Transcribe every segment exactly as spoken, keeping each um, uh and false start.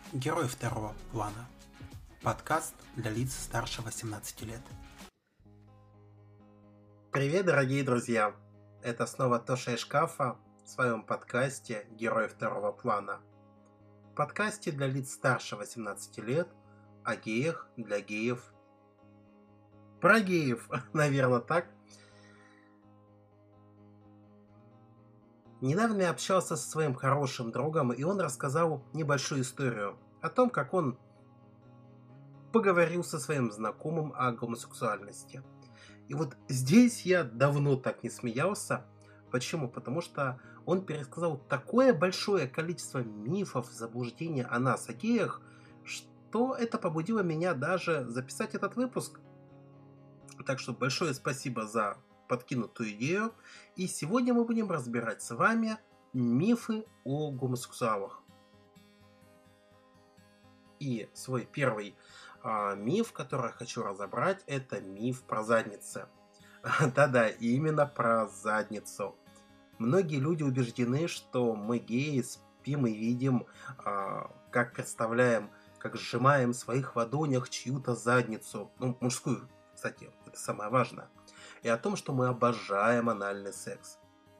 Герой второго плана. Подкаст для лиц старше восемнадцати лет. Привет, дорогие друзья! Это снова Тоша из шкафа в своем подкасте «Герой второго плана». В подкасте для лиц старше восемнадцати лет, о геях для геев. Про геев, наверное, так. Недавно я общался со своим хорошим другом, и он рассказал небольшую историю о том, как он поговорил со своим знакомым о гомосексуальности. И вот здесь я давно так не смеялся. Почему? Потому что он пересказал такое большое количество мифов, заблуждений о нас, о геях, что это побудило меня даже записать этот выпуск. Так что большое спасибо за подкинутую идею. И сегодня мы будем разбирать с вами мифы о гомосексуалах. И свой первый а, миф, который я хочу разобрать, это миф про задницы. Да-да, именно про задницу. Многие люди убеждены, что мы геи спим и видим, а, как представляем, как сжимаем в своих ладонях чью-то задницу. Ну, мужскую, кстати, это самое важное. И о том, что мы обожаем анальный секс.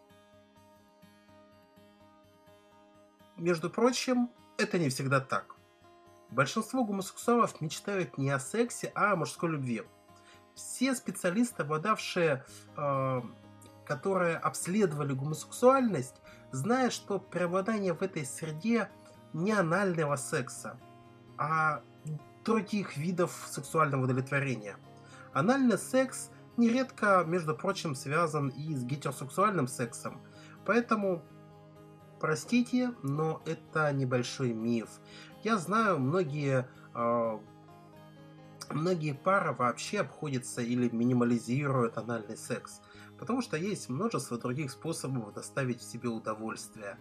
Между прочим, это не всегда так. Большинство гомосексуалов мечтают не о сексе, а о мужской любви. Все специалисты, обладавшие, э, которые обследовали гомосексуальность, знают, что преобладание в этой среде не анального секса, а других видов сексуального удовлетворения. Анальный секс нередко, между прочим, связан и с гетеросексуальным сексом, поэтому, простите, но это небольшой миф. Я знаю, многие, э, многие пары вообще обходятся или минимализируют анальный секс, потому что есть множество других способов доставить себе удовольствие.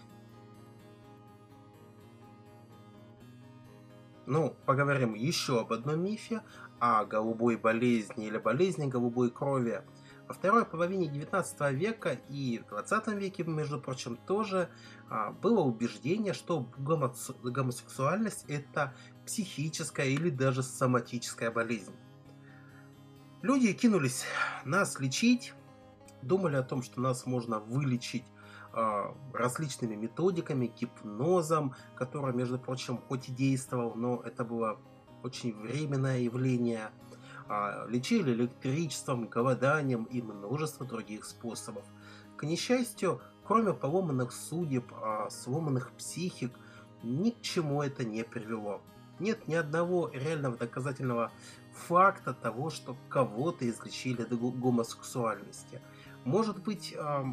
Ну, поговорим еще об одном мифе, о голубой болезни или болезни голубой крови. Во второй половине девятнадцатого века и в двадцатом веке, между прочим, тоже а, было убеждение, что гомосексуальность – это психическая или даже соматическая болезнь. Люди кинулись нас лечить, думали о том, что нас можно вылечить а, различными методиками, гипнозом, который, между прочим, хоть и действовал, но это было очень временное явление. А, лечили электричеством, голоданием и множество других способов. К несчастью, кроме поломанных судеб, а, сломанных психик, ни к чему это не привело. Нет ни одного реального доказательного факта того, что кого-то излечили от гомосексуальности. Может быть, а,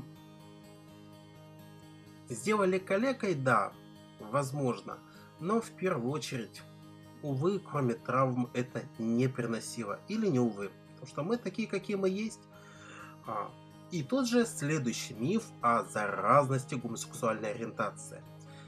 сделали калекой? Да, возможно. Но в первую очередь, увы, кроме травм, это не приносило. Или не увы. Потому что мы такие, какие мы есть. А, и тот же следующий миф о заразности гомосексуальной ориентации.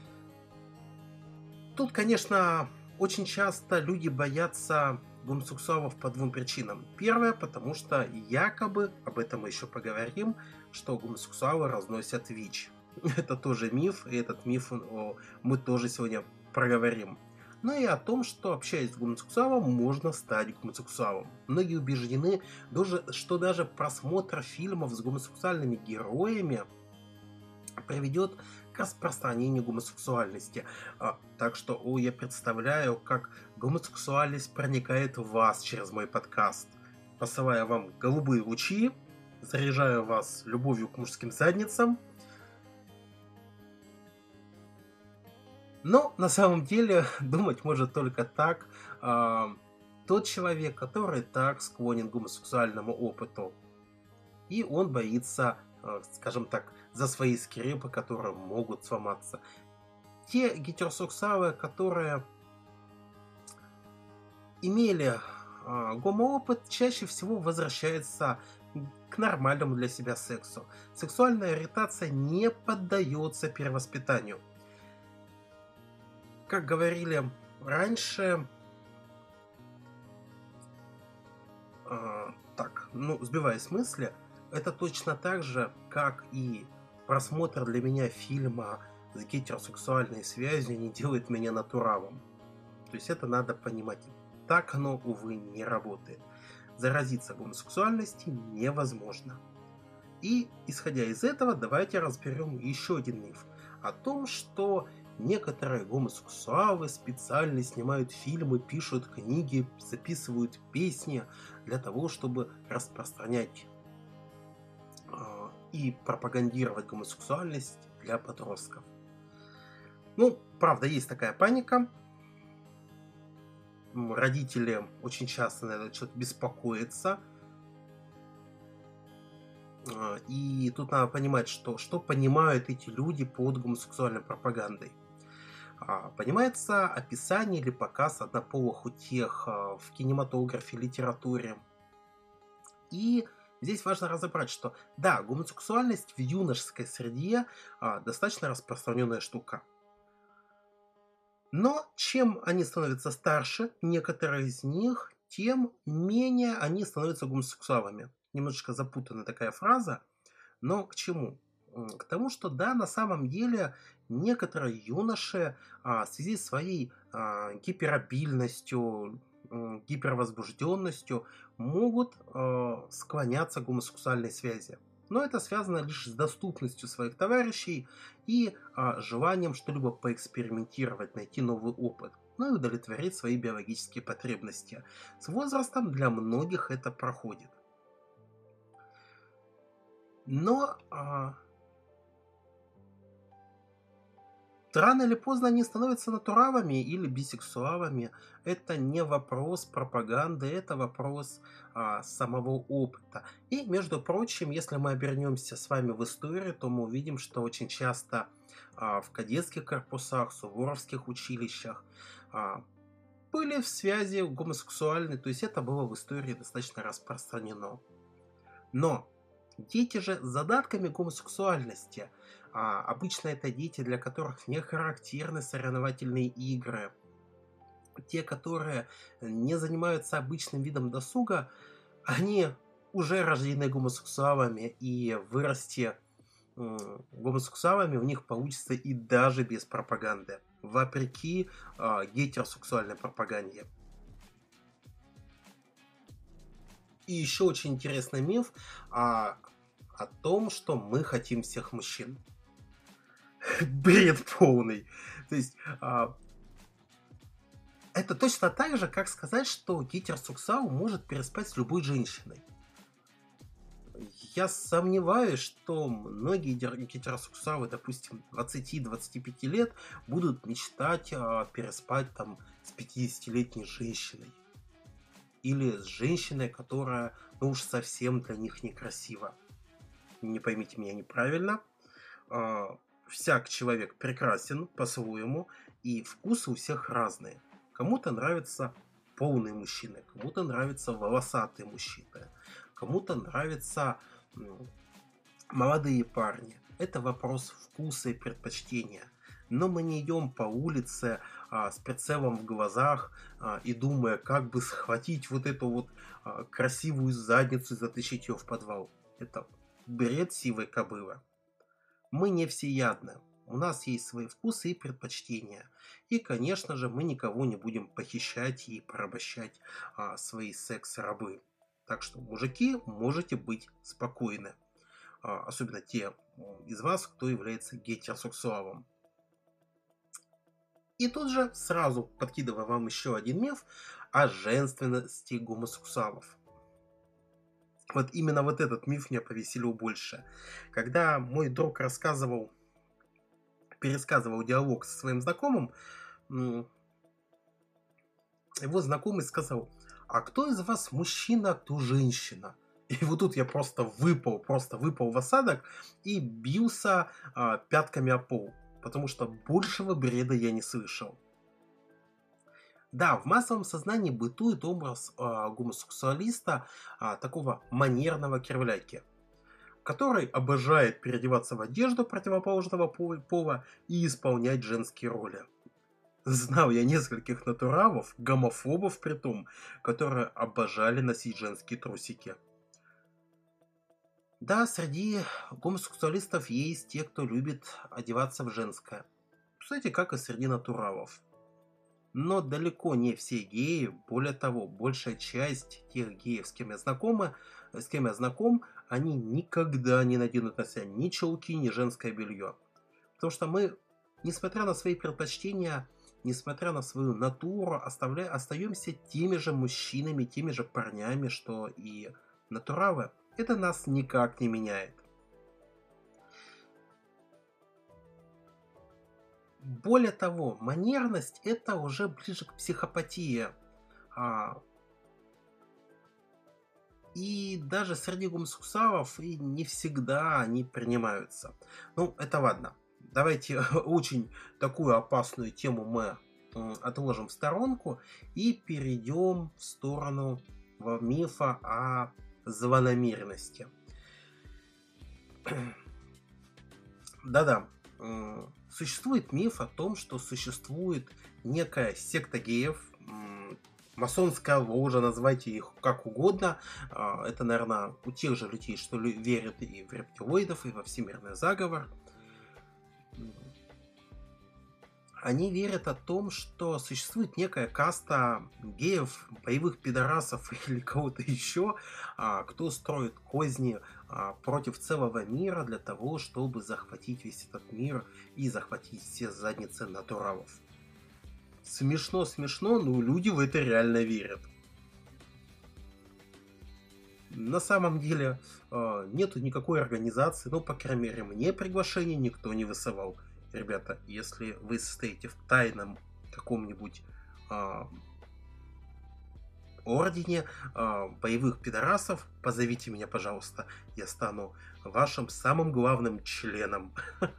Тут, конечно, очень часто люди боятся гомосексуалов по двум причинам. Первое, потому что якобы, об этом мы еще поговорим, что гомосексуалы разносят ВИЧ. Это тоже миф, и этот миф мы тоже сегодня проговорим. Но и о том, что, общаясь с гомосексуалом, можно стать гомосексуалом. Многие убеждены, что даже просмотр фильмов с гомосексуальными героями приведет к распространению гомосексуальности. А, так что о, я представляю, как гомосексуальность проникает в вас через мой подкаст, посылая вам голубые лучи, заряжаю вас любовью к мужским задницам. Но на самом деле думать может только так э, тот человек, который так склонен к гомосексуальному опыту. И он боится, э, скажем так, за свои скрепы, которые могут сломаться. Те гетеросексуалы, которые имели э, гомоопыт, чаще всего возвращаются к нормальному для себя сексу. Сексуальная ориентация не поддается перевоспитанию. Как говорили раньше, э, так, ну, сбиваясь с мысли, это точно так же, как и просмотр для меня фильма с гетеросексуальной связью не делает меня натуралом. То есть это надо понимать. Так оно, увы, не работает. Заразиться гомосексуальностью невозможно. И, исходя из этого, давайте разберем еще один миф. О том, что некоторые гомосексуалы специально снимают фильмы, пишут книги, записывают песни для того, чтобы распространять э, и пропагандировать гомосексуальность для подростков. Ну, правда, есть такая паника. Родители очень часто на этот счет беспокоятся. И тут надо понимать, что, что понимают эти люди под гомосексуальной пропагандой. Понимается описание или показ однополых утех в кинематографе, литературе. И здесь важно разобрать, что да, гомосексуальность в юношеской среде достаточно распространенная штука. Но чем они становятся старше, некоторые из них, тем менее они становятся гомосексуалами. Немножечко запутанная такая фраза, но к чему? К тому, что да, на самом деле некоторые юноши а, в связи с своей а, гиперобильностью, гипервозбужденностью могут а, склоняться к гомосексуальной связи. Но это связано лишь с доступностью своих товарищей и а, желанием что-либо поэкспериментировать, найти новый опыт, ну и удовлетворить свои биологические потребности. С возрастом для многих это проходит. Но а, рано или поздно они становятся натуралами или бисексуалами. Это не вопрос пропаганды, это вопрос а, самого опыта. И, между прочим, если мы обернемся с вами в историю, то мы увидим, что очень часто а, в кадетских корпусах, суворовских училищах а, были в связи гомосексуальные, то есть это было в истории достаточно распространено. Но дети же с задатками гомосексуальности, а, обычно это дети, для которых не характерны соревновательные игры, те, которые не занимаются обычным видом досуга, они уже рождены гомосексуалами, и вырасти э, гомосексуалами у них получится и даже без пропаганды, вопреки э, гетеросексуальной пропаганде. И еще очень интересный миф а, о том, что мы хотим всех мужчин. Бред полный. То есть а, это точно так же, как сказать, что гетеросексуал может переспать с любой женщиной. Я сомневаюсь, что многие гетеросексуалы, допустим, двадцати-двадцати пяти лет будут мечтать а, переспать там с пятидесятилетней женщиной. Или с женщиной, которая, ну уж совсем для них некрасива. Не поймите меня неправильно. Всяк человек прекрасен по-своему, и вкусы у всех разные. Кому-то нравятся полные мужчины, кому-то нравятся волосатые мужчины, кому-то нравятся молодые парни. Это вопрос вкуса и предпочтения. Но мы не идем по улице а, с прицелом в глазах а, и думая, как бы схватить вот эту вот а, красивую задницу и затащить ее в подвал. Это бред сивой кобылы. Мы не всеядны. У нас есть свои вкусы и предпочтения. И, конечно же, мы никого не будем похищать и порабощать а, свои секс-рабы. Так что, мужики, можете быть спокойны. А, особенно те из вас, кто является гетеросексуалом. И тут же сразу подкидываю вам еще один миф о женственности гомосексуалов. Вот именно вот этот миф меня повеселил больше. Когда мой друг рассказывал, пересказывал диалог со своим знакомым, его знакомый сказал: а кто из вас мужчина, а кто женщина? И вот тут я просто выпал, просто выпал в осадок и бился а, пятками о пол. Потому что большего бреда я не слышал. Да, в массовом сознании бытует образ э, гомосексуалиста, э, такого манерного кривляки, который обожает переодеваться в одежду противоположного пола и исполнять женские роли. Знал я нескольких натуралов, гомофобов притом, которые обожали носить женские трусики. Да, среди гомосексуалистов есть те, кто любит одеваться в женское. кстати, как и среди натуралов. Но далеко не все геи, более того, большая часть тех геев, с кем я знакома, с кем я знаком, они никогда не наденут на себя ни чулки, ни женское белье. Потому что мы, несмотря на свои предпочтения, несмотря на свою натуру, оставля... остаемся теми же мужчинами, теми же парнями, что и натуралы. Это нас никак не меняет. Более того, манерность – это уже ближе к психопатии. А, и даже среди гомосексуалов и не всегда они принимаются. Ну, это ладно. Давайте очень такую опасную тему мы отложим в сторонку и перейдем в сторону мифа о злонамеренности. Да-да. Существует миф о том, что существует некая секта геев, масонская ложа, называйте их как угодно. Это, наверное, у тех же людей, что верят и в рептилоидов, и во всемирный заговор. Они верят о том, что существует некая каста геев, боевых пидорасов или кого-то еще, кто строит козни против целого мира для того, чтобы захватить весь этот мир и захватить все задницы натуралов. Смешно, смешно, но люди в это реально верят. На самом деле нету никакой организации, ну, по крайней мере, мне приглашение никто не высылал. Ребята, если вы состоите в тайном каком-нибудь э, ордене э, боевых пидорасов, позовите меня, пожалуйста. Я стану вашим самым главным членом.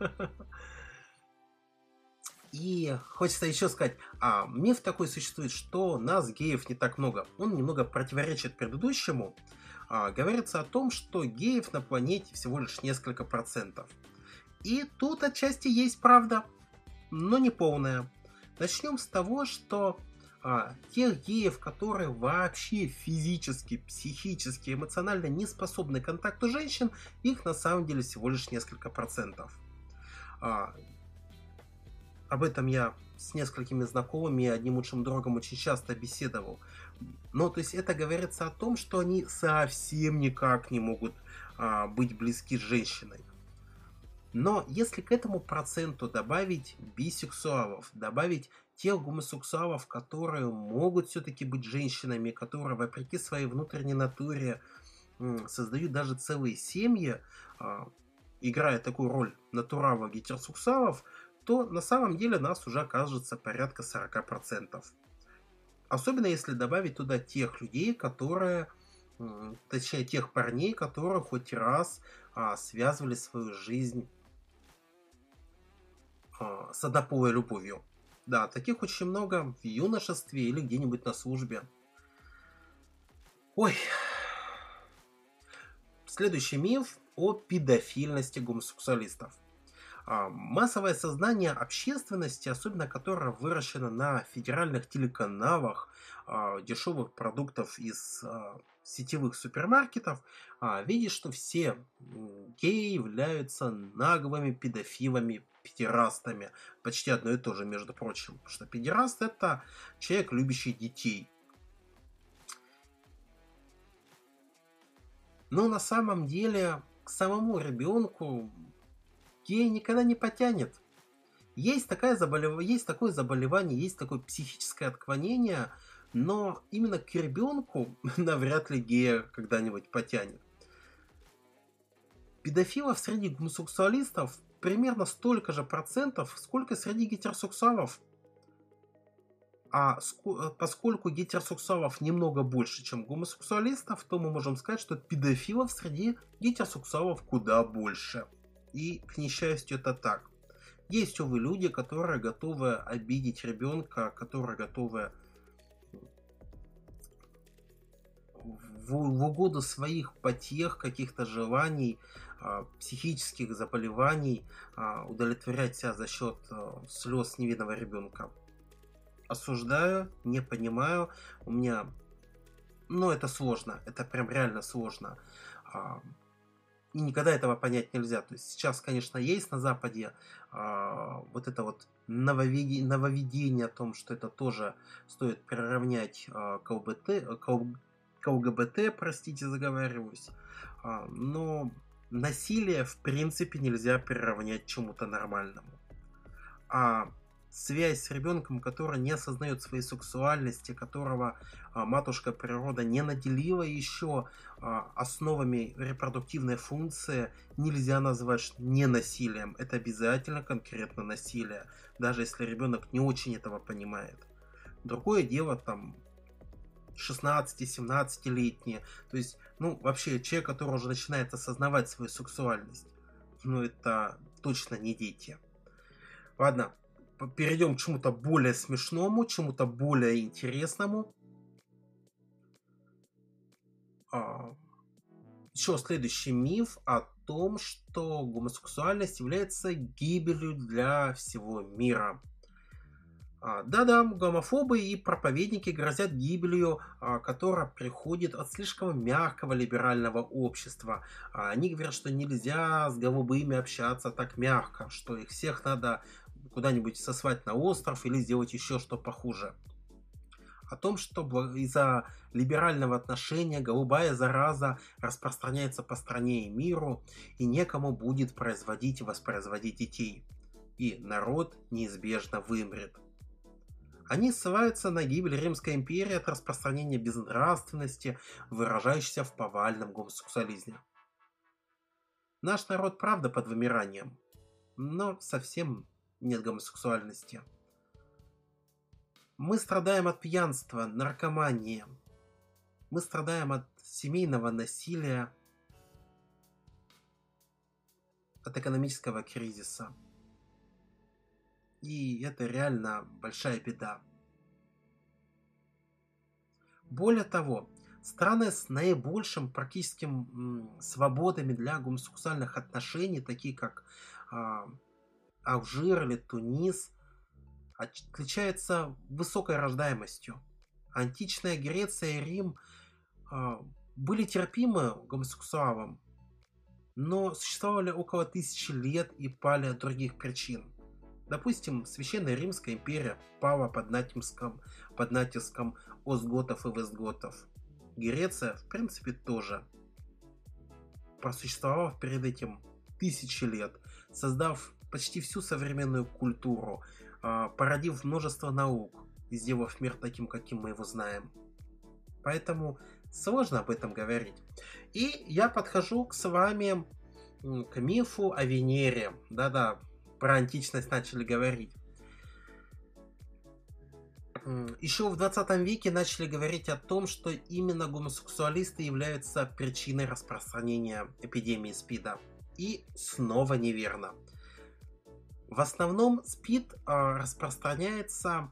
И хочется еще сказать, а миф такой существует, что нас, геев, не так много. Он немного противоречит предыдущему. А, говорится о том, что геев на планете всего лишь несколько процентов. И тут отчасти есть правда, но не полная. Начнем с того, что а, тех геев, которые вообще физически, психически, эмоционально не способны к контакту женщин, их на самом деле всего лишь несколько процентов. А, об этом я с несколькими знакомыми и одним лучшим другом очень часто беседовал. Но то есть это говорится о том, что они совсем никак не могут а, быть близки с женщиной. Но если к этому проценту добавить бисексуалов, добавить тех гомосексуалов, которые могут все-таки быть женщинами, которые вопреки своей внутренней натуре создают даже целые семьи, играя такую роль натуралов гетеросексуалов, то на самом деле нас уже окажется порядка сорок процентов. Особенно если добавить туда тех людей, которые, точнее тех парней, которые хоть раз связывали свою жизнь с однополой любовью. Да, таких очень много в юношестве или где-нибудь на службе. Ой. Следующий миф о педофильности гомосексуалистов. Массовое сознание общественности, особенно которое выращено на федеральных телеканалах, дешевых продуктов из сетевых супермаркетов, видит, что все геи являются наглыми педофилами, педерастами. Почти одно и то же, между прочим. Потому что педераст – это человек, любящий детей. Но на самом деле к самому ребенку гей никогда не потянет. Есть, такое заболев... есть такое заболевание, есть такое психическое отклонение, но именно к ребенку навряд ли гея когда-нибудь потянет. Педофилов среди гомосексуалистов примерно столько же процентов, сколько среди гетеросексуалов. А поскольку гетеросексуалов немного больше, чем гомосексуалистов, то мы можем сказать, что педофилов среди гетеросексуалов куда больше. И, к несчастью, это так. Есть, увы, люди, которые готовы обидеть ребенка, которые готовы в, в угоду своих потех, каких-то желаний, психических заболеваний удовлетворять себя за счет слез невинного ребенка. Осуждаю, не понимаю. У меня... Ну, это сложно. Это прям реально сложно. И никогда этого понять нельзя. То есть сейчас, конечно, есть на Западе вот это вот нововведи- нововведение о том, что это тоже стоит приравнять а, к ЛБТ, к Л- к ЛГБТ, простите, заговариваюсь. А, но насилие в принципе нельзя приравнять к чему-то нормальному. А связь с ребенком, который не осознает своей сексуальности, которого а, матушка природа не наделила еще а, основами репродуктивной функции, нельзя назвать не насилием. Это обязательно конкретно насилие, даже если ребенок не очень этого понимает. Другое дело там шестнадцати-семнадцатилетние, то есть, ну, вообще человек, который уже начинает осознавать свою сексуальность, ну, это точно не дети. Ладно, перейдем к чему-то более смешному, чему-то более интересному. А, Еще следующий миф о том, что гомосексуальность является гибелью для всего мира. А, Да-да, гомофобы и проповедники грозят гибелью, а, которая приходит от слишком мягкого либерального общества. А, Они говорят, что нельзя с голубыми общаться так мягко, что их всех надо куда-нибудь сосвать на остров или сделать еще что похуже. О том, что из-за либерального отношения голубая зараза распространяется по стране и миру, и некому будет производить и воспроизводить детей. И народ неизбежно вымрет. Они ссылаются на гибель Римской империи от распространения безнравственности, выражающейся в повальном гомосексуализме. Наш народ правда под вымиранием, но совсем нет гомосексуальности. Мы страдаем от пьянства, наркомании. Мы страдаем от семейного насилия, от экономического кризиса. И это реально большая беда. Более того, страны с наибольшим практическим свободами для гомосексуальных отношений, такие как а, Алжир или Тунис, отличаются высокой рождаемостью. Античная Греция и Рим а, были терпимы гомосексуалам, но существовали около тысячи лет и пали от других причин. Допустим, Священная Римская империя пала под натиском, под натиском остготов и вестготов. Греция, в принципе, тоже, просуществовав перед этим тысячи лет, создав почти всю современную культуру, породив множество наук и сделав мир таким, каким мы его знаем. Поэтому сложно об этом говорить. И я подхожу к с вами к мифу о Венере. Да-да, про античность начали говорить. Еще в двадцатом веке начали говорить о том, что именно гомосексуалисты являются причиной распространения эпидемии СПИДа. И снова неверно. В основном СПИД э, распространяется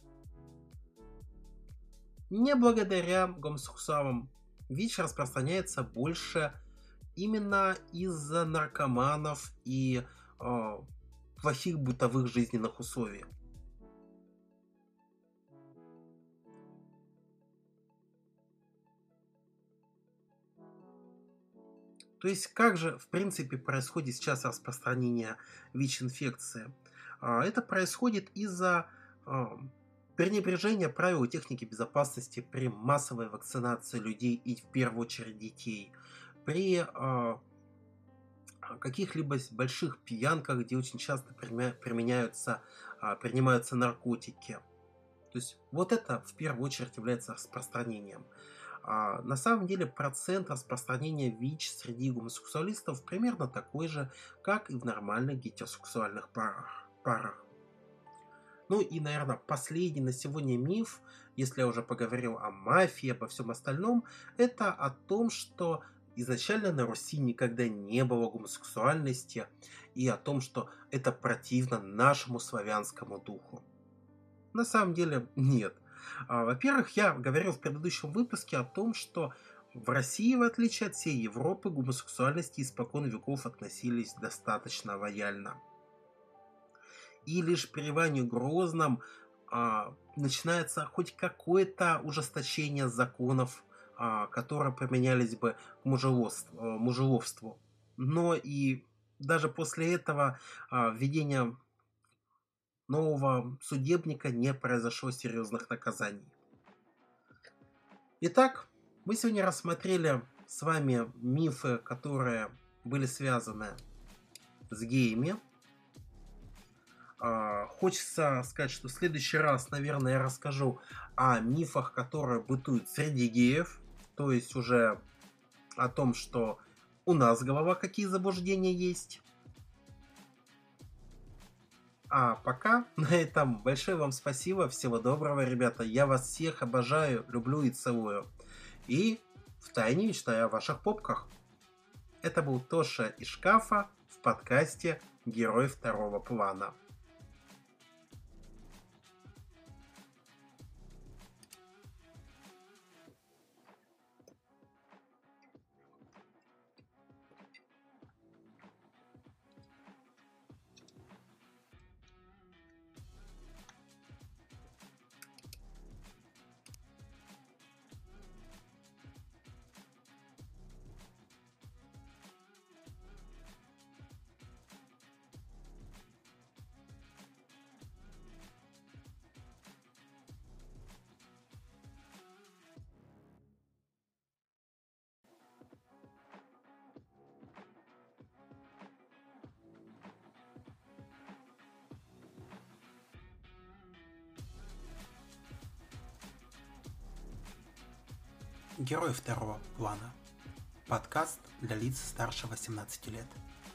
не благодаря гомосексуалам. ВИЧ распространяется больше именно из-за наркоманов и э, плохих бытовых жизненных условий. То есть как же в принципе происходит сейчас распространение ВИЧ-инфекции? Это происходит из-за пренебрежения правил техники безопасности при массовой вакцинации людей и в первую очередь детей, при каких-либо больших пьянках, где очень часто применяются, принимаются наркотики. То есть вот это в первую очередь является распространением. А на самом деле процент распространения ВИЧ среди гомосексуалистов примерно такой же, как и в нормальных гетеросексуальных парах. парах. Ну и, наверное, последний на сегодня миф, если я уже поговорил о мафии, обо всем остальном, это о том, что изначально на Руси никогда не было гомосексуальности, и о том, что это противно нашему славянскому духу. На самом деле нет. Во-первых, я говорил в предыдущем выпуске о том, что в России, в отличие от всей Европы, к гомосексуальности испокон веков относились достаточно лояльно. И лишь при Иване Грозном а, начинается хоть какое-то ужесточение законов, а, которые применялись бы к мужеловству,— но и даже после этого а, введение нового судебника не произошло серьезных наказаний. Итак, мы сегодня рассмотрели с вами мифы, которые были связаны с геями. Хочется сказать, что в следующий раз, наверное, я расскажу о мифах, которые бытуют среди геев, то есть уже о том, что у нас голова какие заблуждения есть. А пока на этом большое вам спасибо, всего доброго, ребята, я вас всех обожаю, люблю и целую. И втайне мечтаю о ваших попках. Это был Тоша из шкафа в подкасте «Герой второго плана». Герой второго плана. Подкаст для лиц старше восемнадцати лет.